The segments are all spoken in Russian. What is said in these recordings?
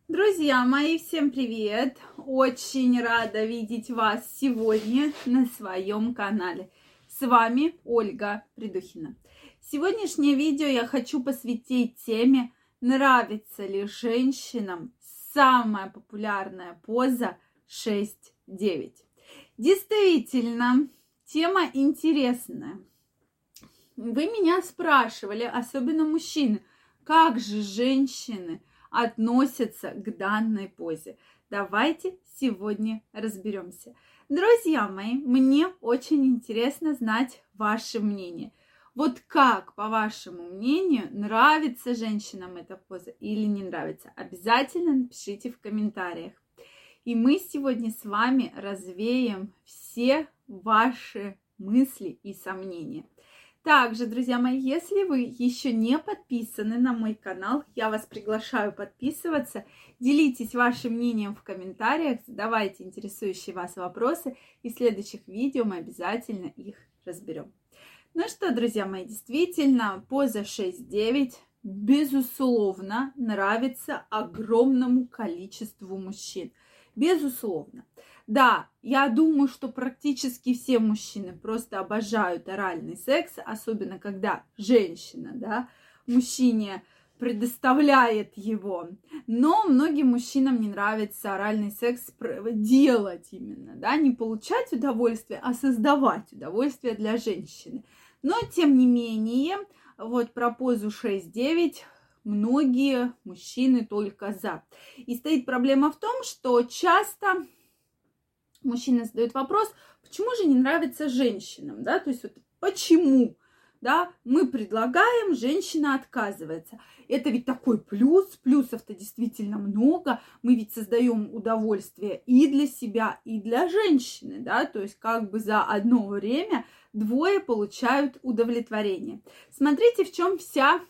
Друзья мои, всем привет! Очень рада видеть вас сегодня на своем канале. С вами Ольга Придухина. Сегодняшнее видео я хочу посвятить теме, нравится ли женщинам самая популярная поза 6-9. Действительно, тема интересная. Вы меня спрашивали, особенно мужчины, как же женщины относятся к данной позе. Давайте сегодня разберемся. Друзья мои, мне очень интересно знать ваше мнение. Вот как, по вашему мнению, нравится женщинам эта поза или не нравится? Обязательно напишите в комментариях. И мы сегодня с вами развеем все ваши мысли и сомнения. Также, друзья мои, если вы еще не подписаны на мой канал, я вас приглашаю подписываться. Делитесь вашим мнением в комментариях, задавайте интересующие вас вопросы, и в следующих видео мы обязательно их разберем. Ну что, друзья мои, действительно, поза 6-9 безусловно нравится огромному количеству мужчин. Безусловно. Да, я думаю, что практически все мужчины просто обожают оральный секс, особенно когда женщина, да, мужчине предоставляет его. Но многим мужчинам не нравится оральный секс делать именно, да, не получать удовольствие, а создавать удовольствие для женщины. Но, тем не менее, вот про позу 6-9 многие мужчины только за. И стоит проблема в том, что часто мужчины задают вопрос, почему же не нравится женщинам, да, то есть вот почему, да, мы предлагаем, женщина отказывается. Это ведь такой плюс, плюсов-то действительно много, мы ведь создаем удовольствие и для себя, и для женщины, да, то есть как бы за одно время двое получают удовлетворение. Смотрите, в чем вся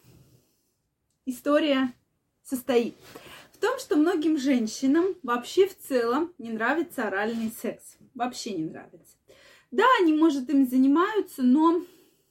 история состоит. В том, что многим женщинам вообще в целом не нравится оральный секс. Вообще не нравится. Да, они, может, им занимаются, но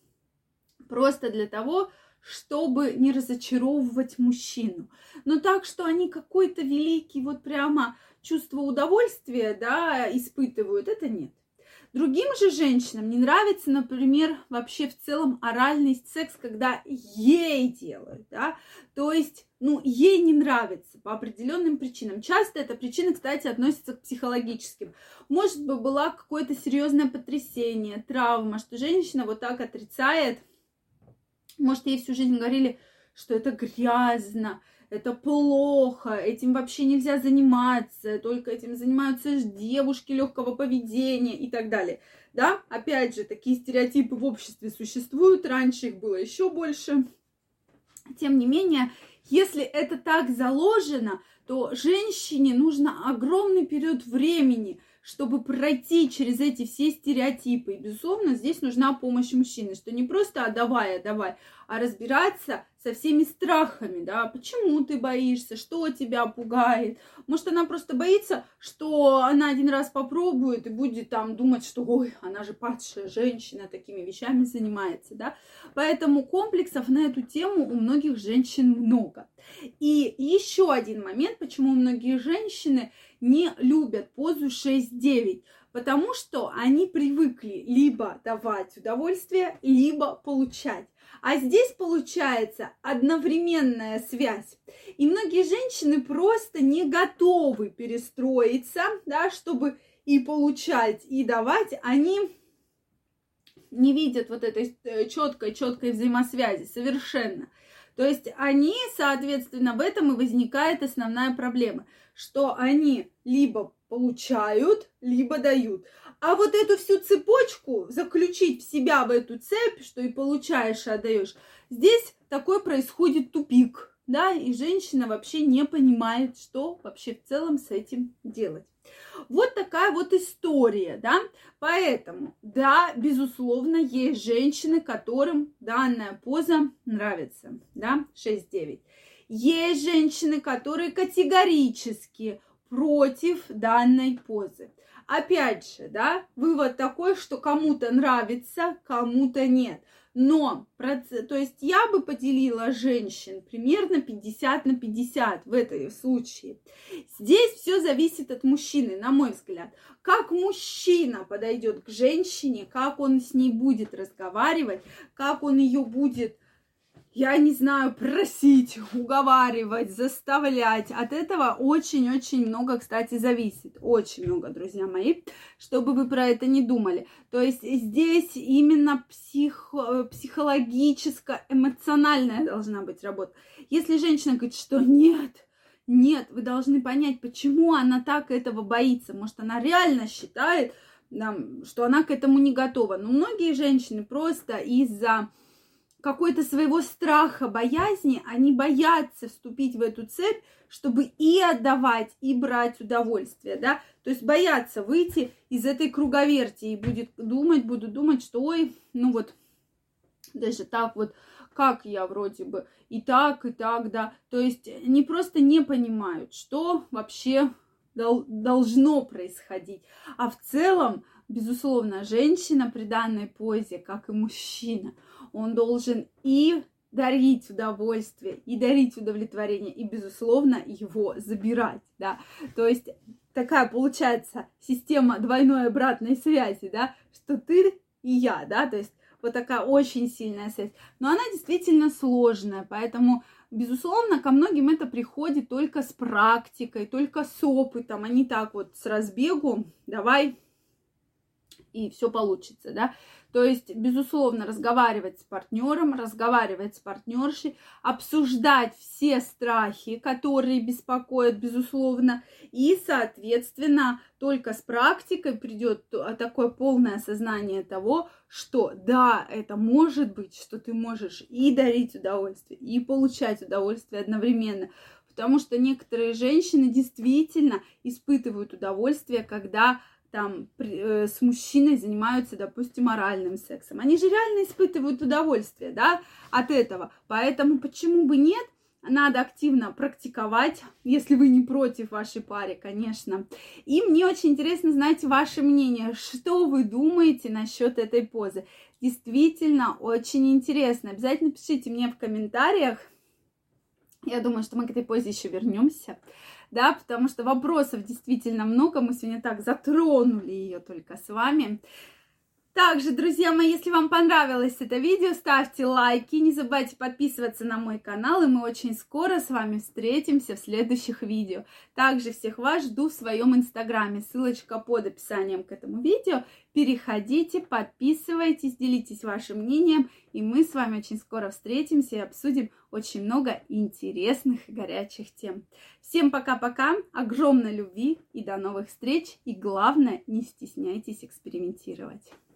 просто для того, чтобы не разочаровывать мужчину. Но так, что они какой-то великий, вот прямо чувство удовольствия, да, испытывают, это нет. Другим же женщинам не нравится, например, вообще в целом оральный секс, когда ей делают, да, то есть, ей не нравится по определенным причинам. Часто эта причина, кстати, относится к психологическим. Может быть, было какое-то серьезное потрясение, травма, что женщина вот так отрицает. Может, ей всю жизнь говорили, что это грязно, это плохо, этим вообще нельзя заниматься, только этим занимаются девушки легкого поведения и так далее. Да, опять же, такие стереотипы в обществе существуют, раньше их было еще больше. Тем не менее, если это так заложено, то женщине нужно огромный период времени, чтобы пройти через эти все стереотипы. И, безусловно, здесь нужна помощь мужчины, что не просто давай, а разбираться со всеми страхами, да, почему ты боишься, что тебя пугает. Может, она просто боится, что она один раз попробует и будет там думать, что, ой, она же падшая женщина, такими вещами занимается, да. Поэтому комплексов на эту тему у многих женщин много. И еще один момент, почему многие женщины не любят позу 6-9, потому что они привыкли либо давать удовольствие, либо получать. А здесь получается одновременная связь. И многие женщины просто не готовы перестроиться, да, чтобы и получать, и давать. Они не видят вот этой четкой взаимосвязи совершенно. То есть они, соответственно, в этом и возникает основная проблема, что они либо получают, либо дают. А вот эту всю цепочку заключить в себя, в эту цепь, что и получаешь, и отдаешь, здесь такой происходит тупик, да, и женщина вообще не понимает, что вообще в целом с этим делать. Вот такая вот история, да, поэтому, да, безусловно, есть женщины, которым данная поза нравится, да, 6-9. Есть женщины, которые категорически против данной позы. Опять же, да, вывод такой, что кому-то нравится, кому-то нет. Но, то есть я бы поделила женщин примерно 50/50 в этом случае. Здесь все зависит от мужчины, на мой взгляд. Как мужчина подойдет к женщине, как он с ней будет разговаривать, как он ее будет, я не знаю, просить, уговаривать, заставлять. От этого очень-очень много, кстати, зависит. Очень много, друзья мои, чтобы вы про это не думали. То есть здесь именно психологическая, эмоциональная должна быть работа. Если женщина говорит, что нет, вы должны понять, почему она так этого боится. Может, она реально считает, что она к этому не готова. Но многие женщины просто из-за какой-то своего страха, боязни, они боятся вступить в эту цепь, чтобы и отдавать, и брать удовольствие, да, то есть боятся выйти из этой круговерти и будут думать, что ой, ну вот, даже так вот, как я вроде бы и так, да, то есть они просто не понимают, что вообще должно происходить, а в целом, безусловно, женщина при данной позе, как и мужчина, он должен и дарить удовольствие, и дарить удовлетворение, и, безусловно, его забирать, да. То есть такая получается система двойной обратной связи, да, что ты и я, да, то есть вот такая очень сильная связь. Но она действительно сложная, поэтому, безусловно, ко многим это приходит только с практикой, только с опытом, а не так вот с разбегу, давай, и все получится, да. То есть, безусловно, разговаривать с партнером, разговаривать с партнершей, обсуждать все страхи, которые беспокоят, безусловно, и, соответственно, только с практикой придет такое полное осознание того, что да, это может быть, что ты можешь и дарить удовольствие, и получать удовольствие одновременно. Потому что некоторые женщины действительно испытывают удовольствие, когда там с мужчиной занимаются, допустим, оральным сексом. Они же реально испытывают удовольствие, да, от этого. Поэтому почему бы нет? Надо активно практиковать, если вы не против вашей паре, конечно. И мне очень интересно знать ваше мнение. Что вы думаете насчет этой позы? Действительно, очень интересно. Обязательно пишите мне в комментариях. Я думаю, что мы к этой позе еще вернемся. Да, потому что вопросов действительно много, мы сегодня так затронули ее только с вами. Также, друзья мои, если вам понравилось это видео, ставьте лайки, не забывайте подписываться на мой канал, и мы очень скоро с вами встретимся в следующих видео. Также всех вас жду в своем инстаграме, ссылочка под описанием к этому видео. Переходите, подписывайтесь, делитесь вашим мнением, и мы с вами очень скоро встретимся и обсудим очень много интересных и горячих тем. Всем пока-пока, огромной любви и до новых встреч, и главное, не стесняйтесь экспериментировать.